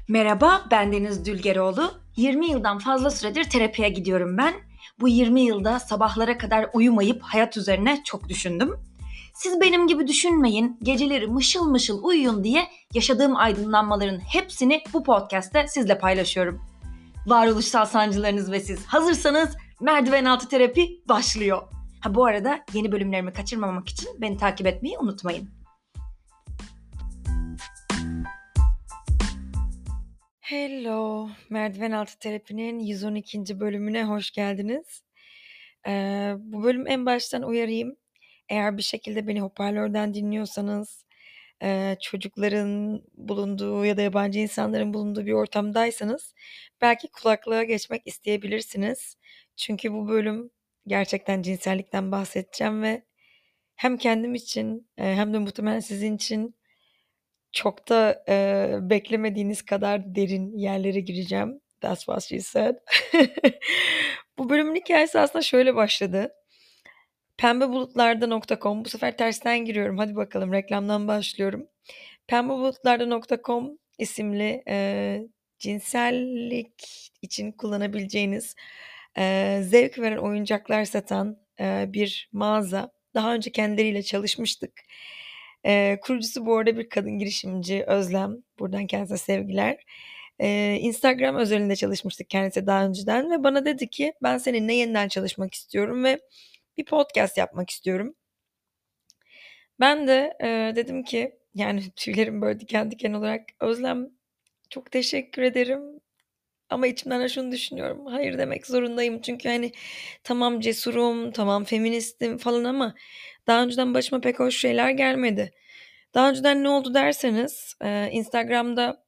Merhaba, ben Deniz Dülgeroğlu. 20 yıldan fazla süredir terapiye gidiyorum ben. Bu 20 yılda sabahlara kadar uyumayıp hayat üzerine çok düşündüm. Siz benim gibi düşünmeyin, geceleri mışıl mışıl uyuyun diye yaşadığım aydınlanmaların hepsini bu podcast'te sizle paylaşıyorum. Varoluşsal sancılarınız ve siz hazırsanız merdiven altı terapi başlıyor. Bu arada yeni bölümlerimi kaçırmamak için beni takip etmeyi unutmayın. Hello, Merdiven Altı Terapi'nin 112. bölümüne hoş geldiniz. Bu bölüm en baştan uyarayım. Eğer bir şekilde beni hoparlörden dinliyorsanız, çocukların bulunduğu ya da yabancı insanların bulunduğu bir ortamdaysanız belki kulaklığa geçmek isteyebilirsiniz. Çünkü bu bölüm gerçekten cinsellikten bahsedeceğim ve hem kendim için hem de muhtemelen sizin için çok da, beklemediğiniz kadar derin yerlere gireceğim. That's what she said. Bu bölümün hikâyesi aslında şöyle başladı. Pembebulutlarda.com bu sefer tersten giriyorum. Hadi bakalım reklamdan başlıyorum. Pembebulutlarda.com isimli, cinsellik için kullanabileceğiniz, zevk veren oyuncaklar satan, bir mağaza. Daha önce kendileriyle çalışmıştık. Kurucusu bu arada bir kadın girişimci Özlem. Buradan kendisine sevgiler. Instagram özelinde çalışmıştık kendisi daha önceden ve bana dedi ki ben seninle yeniden çalışmak istiyorum ve bir podcast yapmak istiyorum. Ben de dedim ki yani tüylerim böyle diken diken olarak Özlem çok teşekkür ederim ama içimden de şunu düşünüyorum. Hayır demek zorundayım çünkü hani tamam cesurum, tamam feministim falan ama daha önceden başıma pek hoş şeyler gelmedi. Daha önceden ne oldu derseniz Instagram'da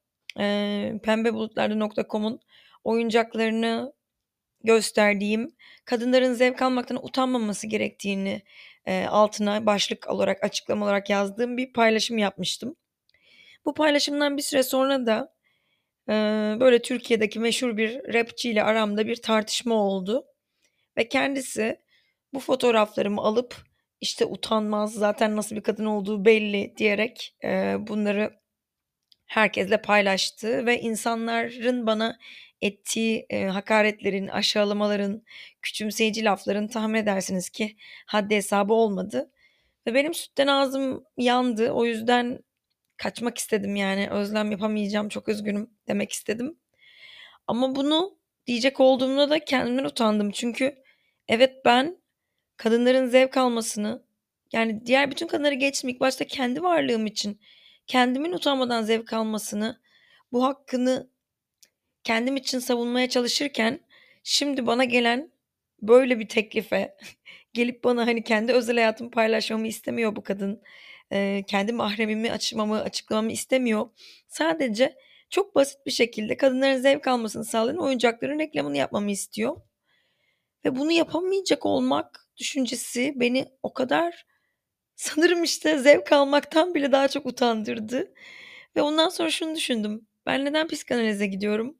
pembebulutlarda.com'un oyuncaklarını gösterdiğim, kadınların zevk almaktan utanmaması gerektiğini altına başlık olarak, açıklama olarak yazdığım bir paylaşım yapmıştım. Bu paylaşımdan bir süre sonra da böyle Türkiye'deki meşhur bir rapçiyle aramda bir tartışma oldu ve kendisi bu fotoğraflarımı alıp işte utanmaz, zaten nasıl bir kadın olduğu belli diyerek bunları herkesle paylaştı ve insanların bana ettiği, hakaretlerin, aşağılamaların, küçümseyici lafların tahmin edersiniz ki haddi hesabı olmadı ve benim sütten ağzım yandı. O yüzden kaçmak istedim yani. "Özlem yapamayacağım, çok üzgünüm." demek istedim. Ama bunu diyecek olduğumda da kendimden utandım. Çünkü evet, ben kadınların zevk almasını, yani diğer bütün kadınları geçtim, ilk başta kendi varlığım için kendimin utanmadan zevk almasını, bu hakkını kendim için savunmaya çalışırken şimdi bana gelen böyle bir teklife gelip bana, hani, kendi özel hayatımı paylaşmamı istemiyor bu kadın. Kendi mahremimi açmamı, açıklamamı istemiyor. Sadece çok basit bir şekilde kadınların zevk almasını sağlayan oyuncakların reklamını yapmamı istiyor ve bunu yapamayacak olmak düşüncesi beni o kadar sanırım, işte, zevk almaktan bile daha çok utandırdı ve ondan sonra şunu düşündüm: Ben neden psikanalize gidiyorum?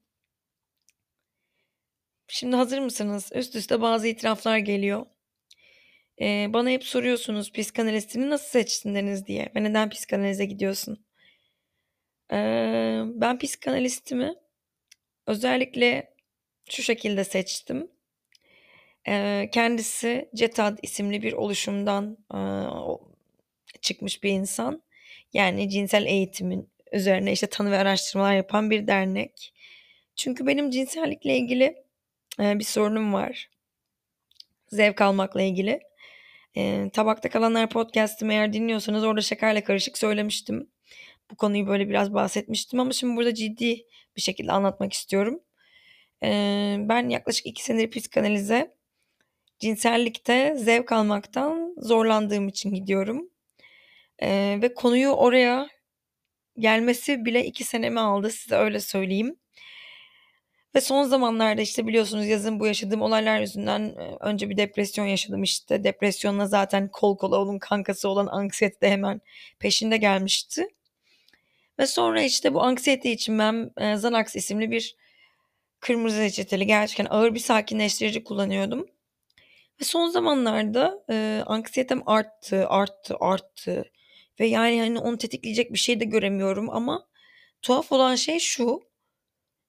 Şimdi hazır mısınız? Üst üste bazı itiraflar geliyor. Bana hep soruyorsunuz, "Psikanalistini nasıl seçtin Deniz?" diye ve "Neden psikanalize gidiyorsun?" Ben psikanalistimi özellikle şu şekilde seçtim. Kendisi CETAD isimli bir oluşumdan, çıkmış bir insan. Yani cinsel eğitimin üzerine, işte, tanı ve araştırmalar yapan bir dernek. Çünkü benim cinsellikle ilgili, bir sorunum var. Zevk almakla ilgili. Tabakta Kalanlar podcast'imi eğer dinliyorsanız orada şekerle karışık söylemiştim. Bu konuyu böyle biraz bahsetmiştim ama şimdi burada ciddi bir şekilde anlatmak istiyorum. Ben yaklaşık 2 senedir psikanalize, cinsellikte zevk almaktan zorlandığım için gidiyorum. Ve konuyu oraya gelmesi bile 2 senemi aldı, size öyle söyleyeyim. Ve son zamanlarda, işte, biliyorsunuz yazın bu yaşadığım olaylar yüzünden, önce bir depresyon yaşadım, işte. Depresyonla zaten kol kola onun kankası olan anksiyete de hemen peşinde gelmişti. Ve sonra, işte, bu anksiyete için ben, Xanax isimli bir kırmızı reçeteli gerçekten ağır bir sakinleştirici kullanıyordum. Ve son zamanlarda, anksiyetem arttı, arttı, arttı ve yani, hani, onu tetikleyecek bir şey de göremiyorum ama tuhaf olan şey şu: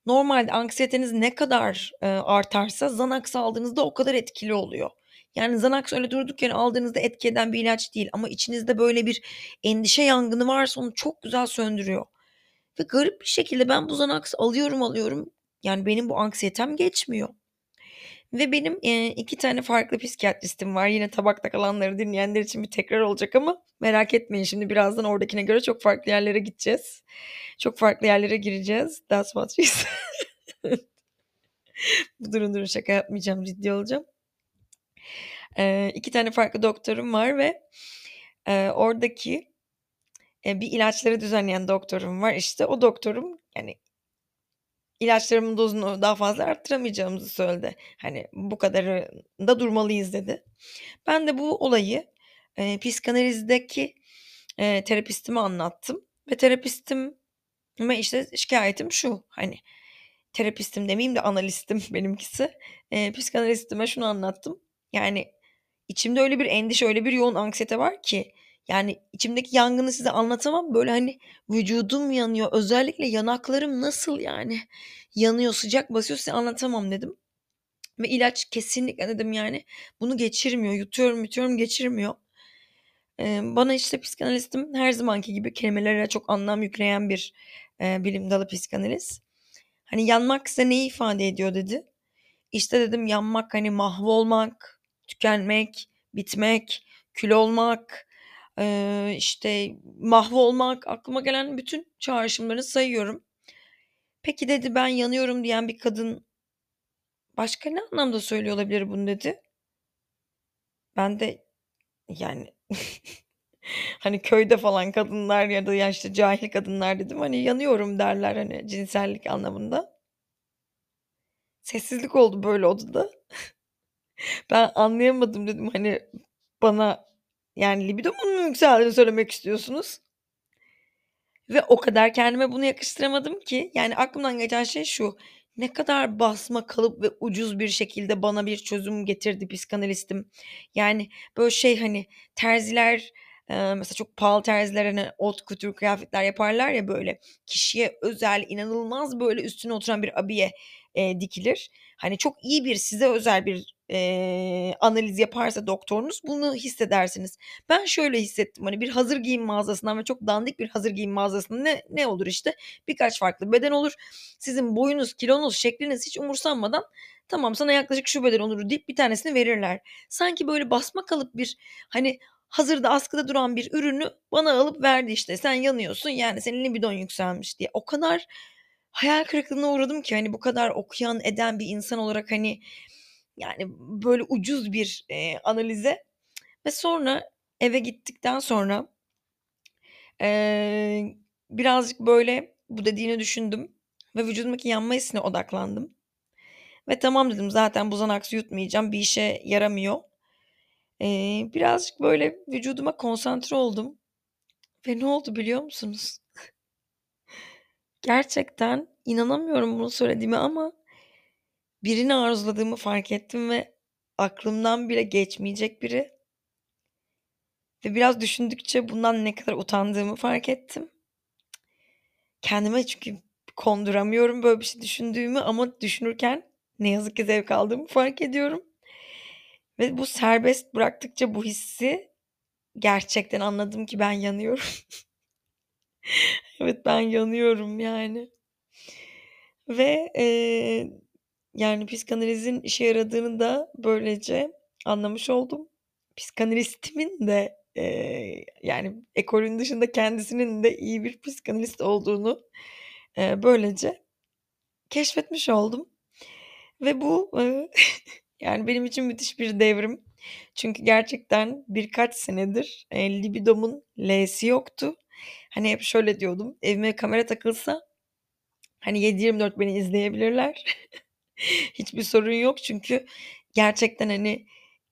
Normalde anksiyeteniz ne kadar, artarsa Xanax aldığınızda o kadar etkili oluyor. Yani Xanax öyle durduk yere aldığınızda etki eden bir ilaç değil ama içinizde böyle bir endişe yangını varsa onu çok güzel söndürüyor ve garip bir şekilde ben bu Xanax'ı alıyorum, yani benim bu anksiyetem geçmiyor ve benim, 2 tane farklı psikiyatristim var. Yine tabakta kalanları dinleyenler için bir tekrar olacak ama merak etmeyin şimdi birazdan oradakine göre çok farklı yerlere gideceğiz. Çok farklı yerlere gireceğiz. That's what she said. Durun şaka yapmayacağım, ciddi olacağım. 2 tane farklı doktorum var ve, oradaki, bir ilaçları düzenleyen doktorum var. İşte o doktorum, yani, ilaçlarımın dozunu daha fazla arttıramayacağımızı söyledi. Hani, bu kadarında durmalıyız dedi. Ben de bu olayı, psikanalizdeki, terapistime anlattım ve terapistime işte şikâyetim şu, hani, terapistim demeyeyim de analistim benimkisi. Psikanalistime şunu anlattım. Yani, içimde öyle bir endişe, öyle bir yoğun anksiyete var ki, yani, içimdeki yangını size anlatamam. Böyle, hani, vücudum yanıyor. Özellikle yanaklarım nasıl, yani, yanıyor, sıcak basıyor size anlatamam dedim. Ve ilaç kesinlikle dedim, yani, bunu geçirmiyor. Yutuyorum, geçirmiyor. Bana, işte, psikanalistim her zamanki gibi kelimelere çok anlam yükleyen bir, bilim dalı psikanalist. Hani, "Yanmak size neyi ifade ediyor?" dedi. İşte, dedim, yanmak, hani, mahvolmak, tükenmek, bitmek, kül olmak, işte, mahvolmak, aklıma gelen bütün çağrışımları sayıyorum. "Peki," dedi, "ben yanıyorum diyen bir kadın başka ne anlamda söylüyor olabilir bunu?" dedi. Ben de, yani, hani, köyde falan kadınlar ya da yaşlı cahil kadınlar dedim, hani, yanıyorum derler, hani, cinsellik anlamında. Sessizlik oldu böyle odada. Ben anlayamadım dedim, hani, bana, yani, libidomun mu yükseldiğini söylemek istiyorsunuz? Ve o kadar kendime bunu yakıştıramadım ki, yani, aklımdan geçen şey şu: Ne kadar basma kalıp ve ucuz bir şekilde bana bir çözüm getirdi psikanalistim. Yani, böyle, şey, hani, terziler, mesela çok pahalı terziler, hani, haute couture kıyafetler yaparlar ya, böyle, kişiye özel, inanılmaz, böyle, üstüne oturan bir abiye, dikilir. Hani, çok iyi bir, size özel bir, analiz yaparsa doktorunuz bunu hissedersiniz. Ben şöyle hissettim, hani, bir hazır giyim mağazasından ve çok dandik bir hazır giyim mağazasında ne olur işte? Birkaç farklı beden olur. Sizin boyunuz, kilonuz, şekliniz hiç umursanmadan tamam sana yaklaşık şu beden olur deyip bir tanesini verirler. Sanki böyle basma kalıp bir, hani, hazırda askıda duran bir ürünü bana alıp verdi işte. Sen yanıyorsun yani senin libidon yükselmiş diye. O kadar hayal kırıklığına uğradım ki, hani, bu kadar okuyan eden bir insan olarak, hani, yani, böyle ucuz bir, analize ve sonra eve gittikten sonra, eee, birazcık böyle bu dediğini düşündüm ve vücudumdaki yanma hissine odaklandım ve tamam dedim zaten bu Xanax'ı yutmayacağım, bir işe yaramıyor. Birazcık böyle vücuduma konsantre oldum ve ne oldu biliyor musunuz? Gerçekten inanamıyorum bunu söylediğime ama birini arzuladığımı fark ettim ve aklımdan bile geçmeyecek biri ve biraz düşündükçe bundan ne kadar utandığımı fark ettim. Kendime çünkü konduramıyorum böyle bir şey düşündüğümü ama düşünürken ne yazık ki zevk aldığımı fark ediyorum ve bu serbest bıraktıkça bu hissi gerçekten anladım ki ben yanıyorum. Evet, ben yanıyorum yani ve, yani psikanalizin işe yaradığını da böylece anlamış oldum. Psikanalistimin de, yani ekolün dışında kendisinin de iyi bir psikanalist olduğunu, böylece keşfetmiş oldum ve bu, yani benim için müthiş bir devrim. Çünkü gerçekten birkaç senedir, libidomun L'si yoktu. Hani hep şöyle diyordum, evime kamera takılsa, hani 7/24 beni izleyebilirler. Hiçbir sorun yok çünkü gerçekten, hani,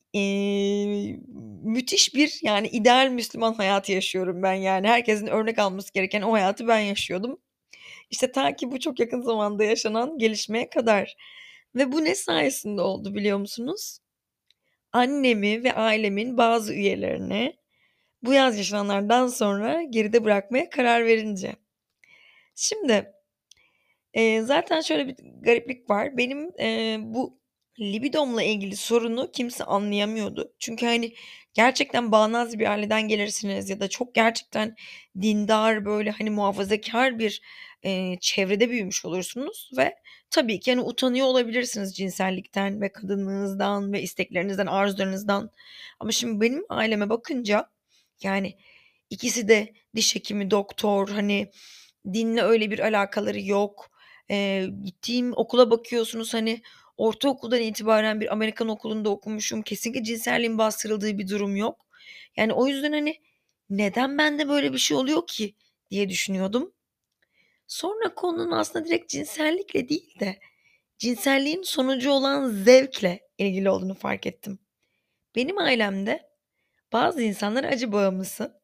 müthiş bir, yani ideal Müslüman hayatı yaşıyorum ben yani. Herkesin örnek alması gereken o hayatı ben yaşıyordum. İşte ta ki bu çok yakın zamanda yaşanan gelişmeye kadar ve bu ne sayesinde oldu biliyor musunuz? Annemi ve ailemin bazı üyelerini bu yaz yaşananlardan sonra geride bırakmaya karar verince. Şimdi Zaten şöyle bir gariplik var. Benim, bu libidomla ilgili sorunu kimse anlayamıyordu. Çünkü, hani, gerçekten bağnaz bir aileden gelirsiniz ya da çok gerçekten dindar, böyle, hani, muhafazakâr bir, çevrede büyümüş olursunuz ve tabii ki, hani, utanıyor olabilirsiniz cinsellikten ve kadınlığınızdan ve isteklerinizden, arzularınızdan. Ama şimdi benim aileme bakınca, yani, ikisi de diş hekimi, doktor, hani, dinle öyle bir alakaları yok. Gittiğim okula bakıyorsunuz, hani, ortaokuldan itibaren bir Amerikan okulunda okumuşum. Kesinlikle cinselliğin bastırıldığı bir durum yok. Yani, o yüzden, hani, neden bende böyle bir şey oluyor ki diye düşünüyordum. Sonra konunun aslında direkt cinsellikle değil de cinselliğin sonucu olan zevkle ilgili olduğunu fark ettim. Benim ailemde bazı insanlar acı bağımlısı.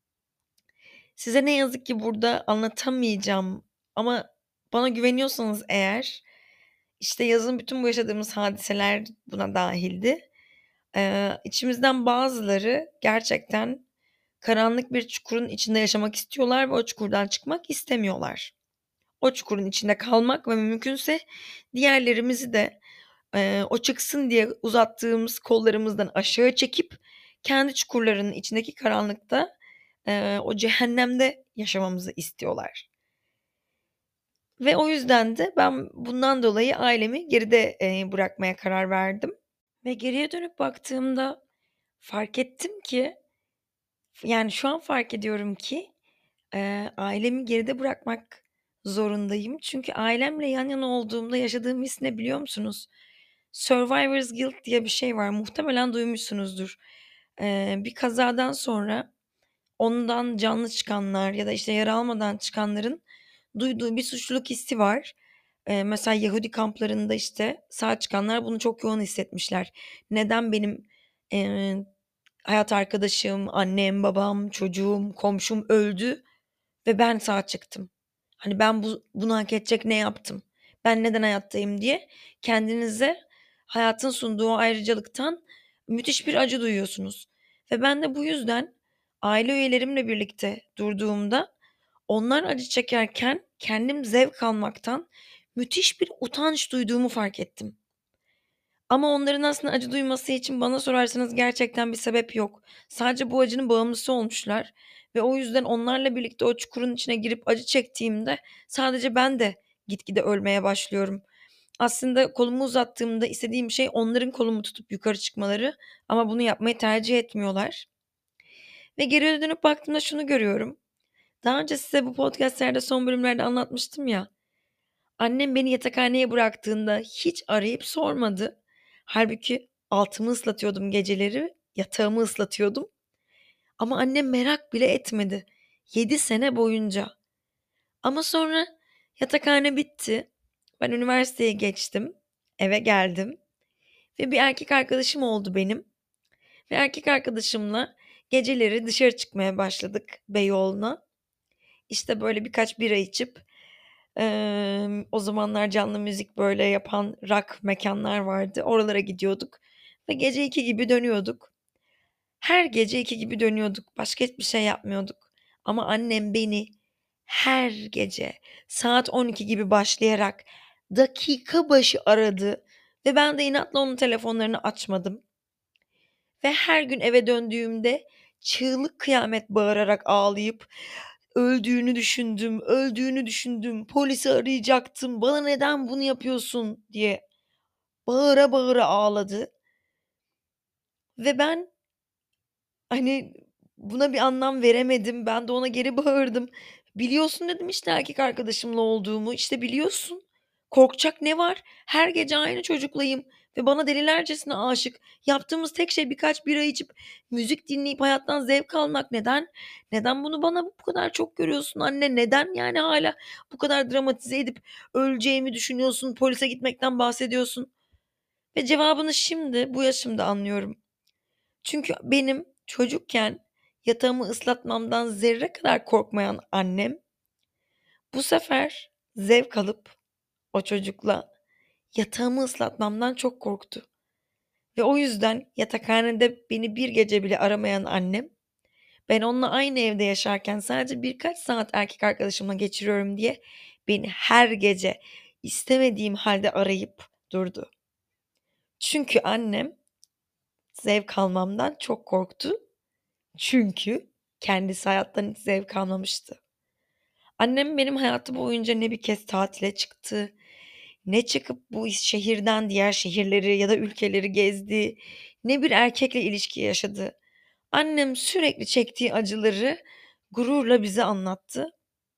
Size ne yazık ki burada anlatamayacağım ama bana güveniyorsanız eğer, işte, yazın bütün bu yaşadığımız hadiseler buna dâhildi. İçimizden bazıları gerçekten karanlık bir çukurun içinde yaşamak istiyorlar ve o çukurdan çıkmak istemiyorlar. O çukurun içinde kalmak ve mümkünse diğerlerimizi de, o çıksın diye uzattığımız kollarımızdan aşağı çekip kendi çukurlarının içindeki karanlıkta, o cehennemde yaşamamızı istiyorlar. Ve o yüzden de ben bundan dolayı ailemi geride, bırakmaya karar verdim ve geriye dönüp baktığımda fark ettim ki, yani, şu an fark ediyorum ki, ailemi geride bırakmak zorundayım. Çünkü ailemle yan yana olduğumda yaşadığım his ne biliyor musunuz? Survivor's Guilt diye bir şey var. Muhtemelen duymuşsunuzdur. Bir kazadan sonra ondan canlı çıkanlar ya da, işte, yara almadan çıkanların duyduğu bir suçluluk hissi var. Mesela Yahudi kamplarında, işte, sağ çıkanlar bunu çok yoğun hissetmişler. Neden benim, eee, hayat arkadaşım, annem, babam, çocuğum, komşum öldü ve ben sağ çıktım? Hani, ben bunu hak edecek ne yaptım? Ben neden hayattayım diye kendinize hayatın sunduğu o ayrıcalıktan müthiş bir acı duyuyorsunuz ve ben de bu yüzden aile üyelerimle birlikte durduğumda onlar acı çekerken kendim zevk almaktan müthiş bir utanç duyduğumu fark ettim. Ama onların aslında acı duyması için bana sorarsanız gerçekten bir sebep yok. Sadece bu acının bağımlısı olmuşlar ve o yüzden onlarla birlikte o çukurun içine girip acı çektiğimde sadece ben de gitgide ölmeye başlıyorum. Aslında kolumu uzattığımda istediğim şey onların kolumu tutup yukarı çıkmaları ama bunu yapmayı tercih etmiyorlar. Ve geriye dönüp baktığımda şunu görüyorum. Daha önce size bu podcast'lerde son bölümlerde anlatmıştım ya. Annem beni yatakhaneye bıraktığında hiç arayıp sormadı. Hâlbuki altımı ıslatıyordum geceleri, yatağımı ıslatıyordum ama annem merak bile etmedi 7 sene boyunca. Ama sonra yatakhane bitti. Ben üniversiteye geçtim, eve geldim ve bir erkek arkadaşım oldu benim ve erkek arkadaşımla geceleri dışarı çıkmaya başladık Beyoğlu'na. İşte, böyle, birkaç bira içip, o zamanlar canlı müzik, böyle, yapan rock mekânlar vardı. Oralara gidiyorduk ve gece 2 gibi dönüyorduk. Her gece 2 gibi dönüyorduk. Başka hiçbir şey yapmıyorduk. Ama annem beni her gece saat 12 gibi başlayarak dakika başı aradı ve ben de inatla onun telefonlarını açmadım ve her gün eve döndüğümde çığlık kıyamet bağırarak ağlayıp öldüğünü düşündüm, öldüğünü düşündüm, polisi arayacaktım, bana neden bunu yapıyorsun diye bağıra bağıra ağladı ve ben, hani, buna bir anlam veremedim. Ben de ona geri bağırdım. "Biliyorsun" dedim, "işte, erkek arkadaşımla olduğumu. İşte, biliyorsun. Korkacak ne var? Her gece aynı çocuklayım ve bana delilercesine aşık. Yaptığımız tek şey birkaç bira içip, müzik dinleyip hayattan zevk almak. Neden bunu bana bu kadar çok görüyorsun anne? Neden, yani, hâlâ bu kadar dramatize edip öleceğimi düşünüyorsun, polise gitmekten bahsediyorsun?" Ve cevabını şimdi, bu yaşımda anlıyorum. Çünkü benim çocukken yatağımı ıslatmamdan zerre kadar korkmayan annem, bu sefer zevk alıp o çocukla yatağımı ıslatmamdan çok korktu ve o yüzden yatakhanede beni bir gece bile aramayan annem, ben onunla aynı evde yaşarken sadece birkaç saat erkek arkadaşımla geçiriyorum diye beni her gece istemediğim halde arayıp durdu. Çünkü annem zevk almamdan çok korktu. Çünkü kendisi hayattan hiç zevk almamıştı. Annem benim hayatım boyunca ne bir kez tatile çıktı, ne çıkıp bu şehirden diğer şehirleri ya da ülkeleri gezdi, ne bir erkekle ilişki yaşadı. Annem sürekli çektiği acıları gururla bize anlattı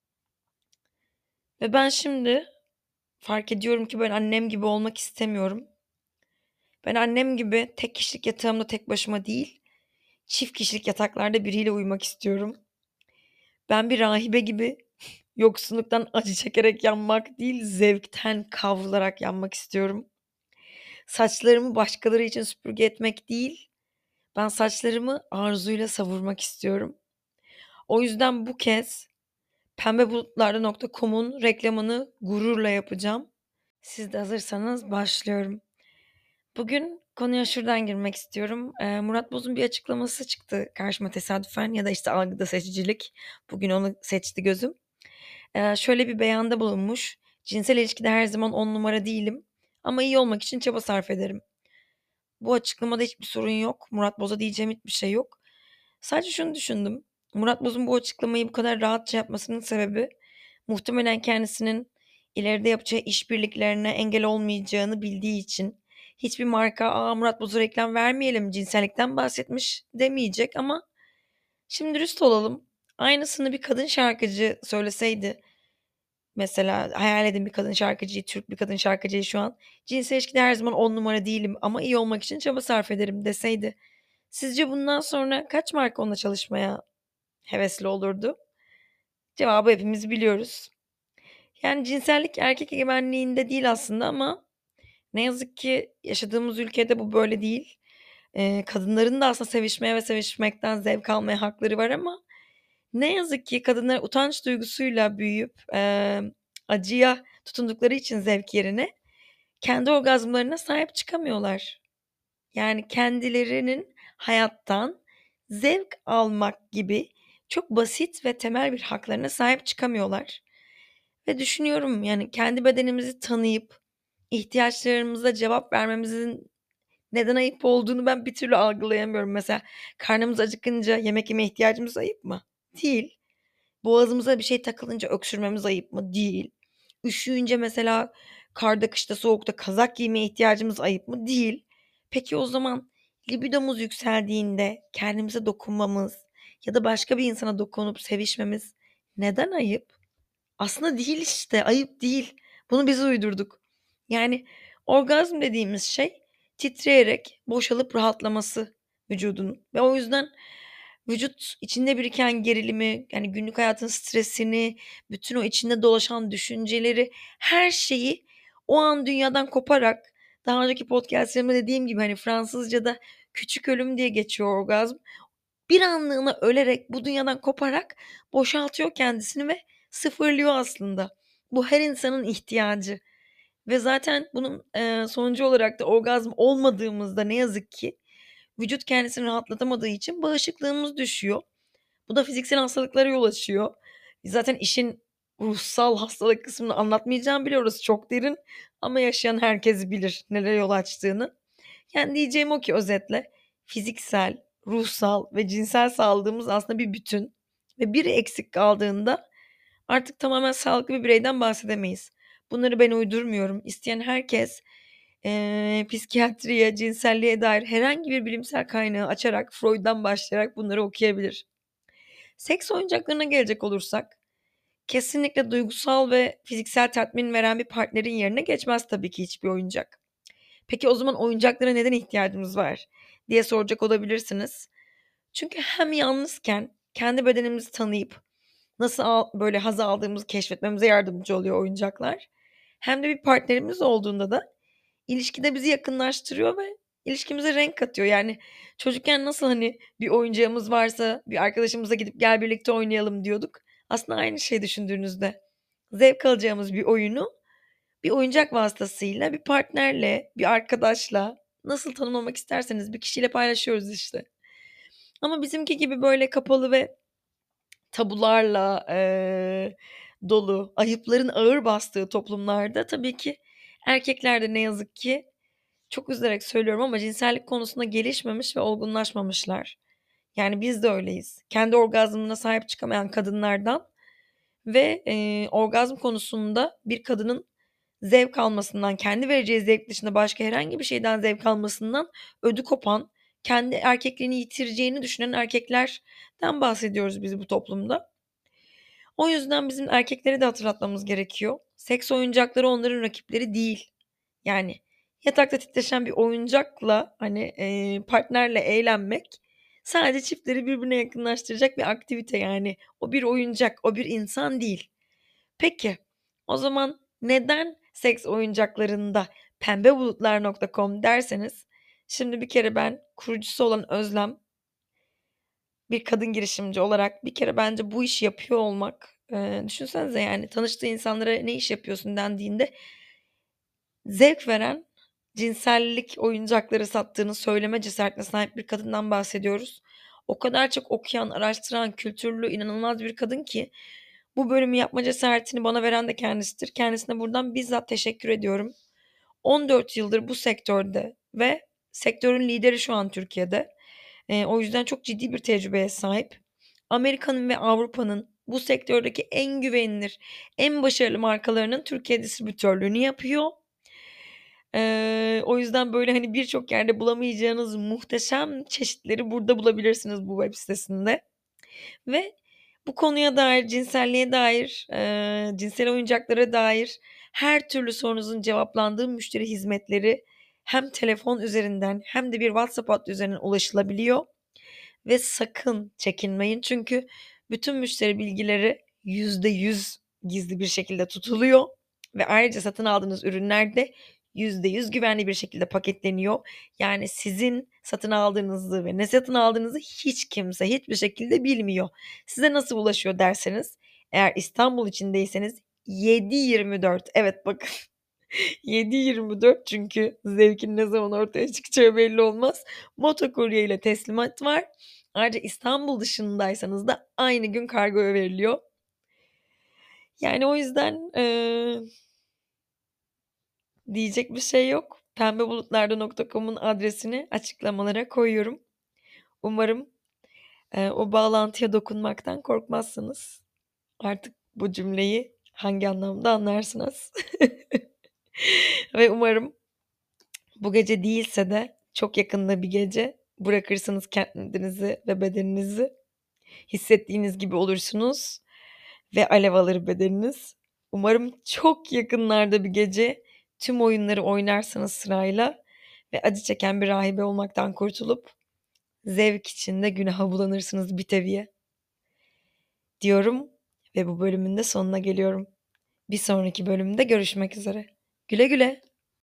ve ben şimdi fark ediyorum ki ben annem gibi olmak istemiyorum. Ben annem gibi tek kişilik yatağımda tek başıma değil, çift kişilik yataklarda biriyle uyumak istiyorum. Ben bir rahibe gibi yoksunluktan acı çekerek yanmak değil, zevkten kavrularak yanmak istiyorum. Saçlarımı başkaları için süpürge etmek değil, ben saçlarımı arzuyla savurmak istiyorum. O yüzden bu kez pembebulutlarda.com'un reklamını gururla yapacağım. Siz de hazırsanız başlıyorum. Bugün konuya şuradan girmek istiyorum. Murat Boz'un bir açıklaması çıktı karşıma tesadüfen ya da işte algıda seçicilik. Bugün onu seçti gözüm. Şöyle bir beyanda bulunmuş. Cinsel ilişkide her zaman 10 numara değilim ama iyi olmak için çaba sarf ederim. Bu açıklamada hiçbir sorun yok. Murat Boz'a diyeceğim hiçbir şey yok. Sadece şunu düşündüm. Murat Boz'un bu açıklamayı bu kadar rahatça yapmasının sebebi muhtemelen kendisinin ileride yapacağı işbirliklerine engel olmayacağını bildiği için hiçbir marka Murat Boz'a reklam vermeyelim cinsellikten bahsetmiş demeyecek ama şimdi dürüst olalım. Aynısını bir kadın şarkıcı söyleseydi mesela hayal edin bir kadın şarkıcıyı, Türk bir kadın şarkıcıyı şu an. Cinsel ilişkide her zaman 10 numara değilim ama iyi olmak için çaba sarf ederim deseydi. Sizce bundan sonra kaç marka onunla çalışmaya hevesli olurdu? Cevabı hepimiz biliyoruz. Yani cinsellik erkek egemenliğinde değil aslında ama ne yazık ki yaşadığımız ülkede bu böyle değil. Kadınların da aslında sevişmeye ve sevişmekten zevk almaya hakları var ama ne yazık ki kadınlar utanç duygusuyla büyüyüp acıya tutundukları için zevk yerine kendi orgazmlarına sahip çıkamıyorlar. Yani kendilerinin hayattan zevk almak gibi çok basit ve temel bir haklarına sahip çıkamıyorlar. Ve düşünüyorum yani kendi bedenimizi tanıyıp ihtiyaçlarımıza cevap vermemizin neden ayıp olduğunu ben bir türlü algılayamıyorum. Mesela karnımız acıkınca yemek yeme ihtiyacımız ayıp mı? Değil. Boğazımıza bir şey takılınca öksürmemiz ayıp mı? Değil. Üşüyünce mesela karda, kışta, soğukta kazak giymeye ihtiyacımız ayıp mı? Değil. Peki o zaman libidomuz yükseldiğinde kendimize dokunmamız ya da başka bir insana dokunup sevişmemiz neden ayıp? Aslında değil işte, ayıp değil. Bunu biz uydurduk. Yani orgazm dediğimiz şey titreyerek boşalıp rahatlaması vücudun ve o yüzden vücut içinde biriken gerilimi, yani günlük hayatın stresini, bütün o içinde dolaşan düşünceleri, her şeyi o an dünyadan koparak daha önceki podcast'lerimde dediğim gibi hani Fransızca'da küçük ölüm diye geçiyor orgazm. Bir anlığına ölerek bu dünyadan koparak boşaltıyor kendisini ve sıfırlıyor aslında. Bu her insanın ihtiyacı ve zaten bunun, sonucu olarak da orgazm olmadığımızda ne yazık ki vücut kendisini rahatlatamadığı için bağışıklığımız düşüyor. Bu da fiziksel hastalıklara yol açıyor. Zaten işin ruhsal hastalık kısmını anlatmayacağım bile, orası çok derin ama yaşayan herkes bilir nelere yol açtığını. Yani diyeceğim o ki özetle fiziksel, ruhsal ve cinsel sağlığımız aslında bir bütün ve biri eksik kaldığında artık tamamen sağlıklı bir bireyden bahsedemeyiz. Bunları ben uydurmuyorum. İsteyen herkes psikiyatriye, cinselliğe dair herhangi bir bilimsel kaynağı açarak Freud'dan başlayarak bunları okuyabilir. Seks oyuncaklarına gelecek olursak kesinlikle duygusal ve fiziksel tatmin veren bir partnerin yerine geçmez tabii ki hiçbir oyuncak. Peki o zaman oyuncaklara neden ihtiyacımız var diye soracak olabilirsiniz. Çünkü hem yalnızken kendi bedenimizi tanıyıp nasıl böyle haz aldığımızı keşfetmemize yardımcı oluyor oyuncaklar. Hem de bir partnerimiz olduğunda da ilişkide bizi yakınlaştırıyor ve ilişkimize renk katıyor. Yani çocukken nasıl hani bir oyuncağımız varsa bir arkadaşımıza gidip gel birlikte oynayalım diyorduk. Aslında aynı şey düşündüğünüzde. Zevk alacağımız bir oyunu bir oyuncak vasıtasıyla, bir partnerle, bir arkadaşla, nasıl tanımlamak isterseniz bir kişiyle paylaşıyoruz işte. Ama bizimki gibi böyle kapalı ve tabularla, dolu, ayıpların ağır bastığı toplumlarda tabii ki erkekler de ne yazık ki, çok üzülerek söylüyorum ama cinsellik konusunda gelişmemiş ve olgunlaşmamışlar. Yani biz de öyleyiz. Kendi orgazmına sahip çıkamayan kadınlardan ve, orgazm konusunda bir kadının zevk almasından, kendi vereceği zevk dışında başka herhangi bir şeyden zevk almasından ödü kopan, kendi erkekliğini yitireceğini düşünen erkeklerden bahsediyoruz biz bu toplumda. O yüzden bizim erkeklere de hatırlatmamız gerekiyor. Seks oyuncakları onların rakipleri değil. Yani yatakta titreşen bir oyuncakla, hani, partnerle eğlenmek sadece çiftleri birbirine yakınlaştıracak bir aktivite yani. O bir oyuncak, o bir insan değil. Peki, o zaman neden seks oyuncaklarında pembebulutlar.com derseniz, şimdi bir kere ben kurucusu olan Özlem, bir kadın girişimci olarak bir kere bence bu işi yapıyor olmak, düşünsenize yani tanıştığı insanlara "Ne iş yapıyorsun?" dendiğinde zevk veren cinsellik oyuncakları sattığını söyleme cesaretine sahip bir kadından bahsediyoruz. O kadar çok okuyan, araştıran, kültürlü, inanılmaz bir kadın ki bu bölümü yapma cesaretini bana veren de kendisidir. Kendisine buradan bizzat teşekkür ediyorum. 14 yıldır bu sektörde ve sektörün lideri şu an Türkiye'de. O yüzden çok ciddi bir tecrübeye sahip. Amerika'nın ve Avrupa'nın bu sektördeki en güvenilir, en başarılı markalarının Türkiye distribütörlüğünü yapıyor. O yüzden, böyle, hani, birçok yerde bulamayacağınız muhteşem çeşitleri burada bulabilirsiniz bu web sitesinde ve bu konuya dair, cinselliğe dair, cinsel oyuncaklara dair her türlü sorunuzun cevaplandığı müşteri hizmetleri hem telefon üzerinden hem de bir WhatsApp hattı üzerinden ulaşılabiliyor ve sakın çekinmeyin çünkü bütün müşteri bilgileri %100 gizli bir şekilde tutuluyor ve ayrıca satın aldığınız ürünler de %100 güvenli bir şekilde paketleniyor. Yani sizin satın aldığınızı ve ne satın aldığınızı hiç kimse hiçbir şekilde bilmiyor. Size nasıl ulaşıyor derseniz, eğer İstanbul içindeyseniz 7/24, evet bakın 7/24 çünkü zevkin ne zaman ortaya çıkacağı belli olmaz. Motokurye ile teslimat var. Ayrıca İstanbul dışındaysanız da aynı gün kargoya veriliyor. Yani o yüzden, diyecek bir şey yok. Pembebulutlarda.com'un adresini açıklamalara koyuyorum. Umarım, o bağlantıya dokunmaktan korkmazsınız. Artık bu cümleyi hangi anlamda anlarsınız. Ve umarım bu gece değilse de çok yakında bir gece bırakırsınız kendinizi ve bedeninizi. Hissettiğiniz gibi olursunuz ve alev alır bedeniniz. Umarım çok yakınlarda bir gece tüm oyunları oynarsınız sırayla ve acı çeken bir rahibe olmaktan kurtulup zevk içinde günaha bulanırsınız biteviye diyorum ve bu bölümün de sonuna geliyorum. Bir sonraki bölümde görüşmek üzere. Güle güle.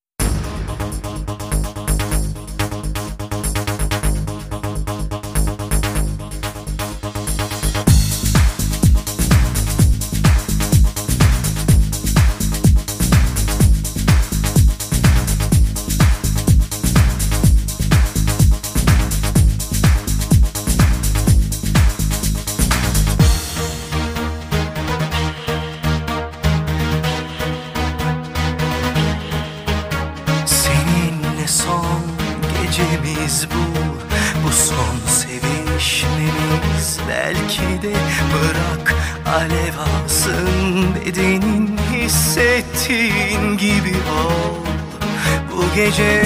Seninle son gecemiz bu son sevişmemiz. Belki de bırak alev alsın bedenin, hissettiğin gibi ol bu gece.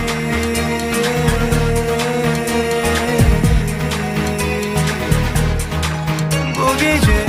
Bu gece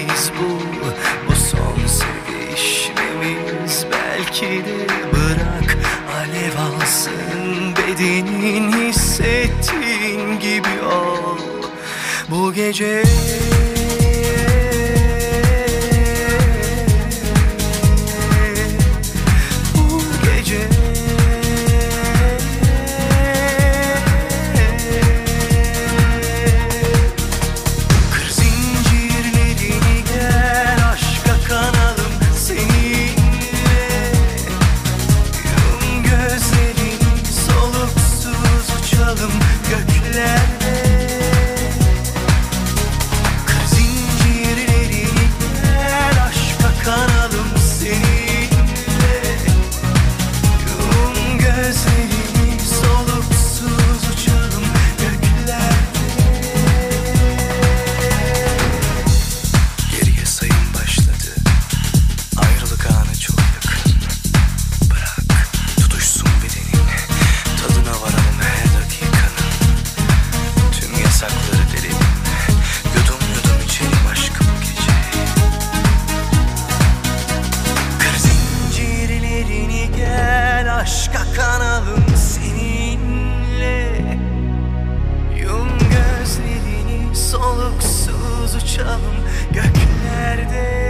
sevişmemiz bu. Bu son sevişmemiz. Belki de bırak alev alsın bedenin, hissettiğin gibi ol bu gece. Bu gece kır zincirlerini, gel aşka kanalım seninle. Yum gözlerini, soluksuz uçalım göklerde. Kır zincirlerini, gel aşka kanalım seninle. Yum gözlerini, soluksuz uçalım göklerde. Geriye sayım başladı. Ayrılık anı çok yakın. Bırak tutuşsun bedenin, tadına varalım her dakikanın. Tüm yasakları delelim, yudum yudum içelim aşkı bu gece. Kır zincirlerini, gel aşka kanalım seninle. Yum gözlerini, soluksuz uçalım göklerde.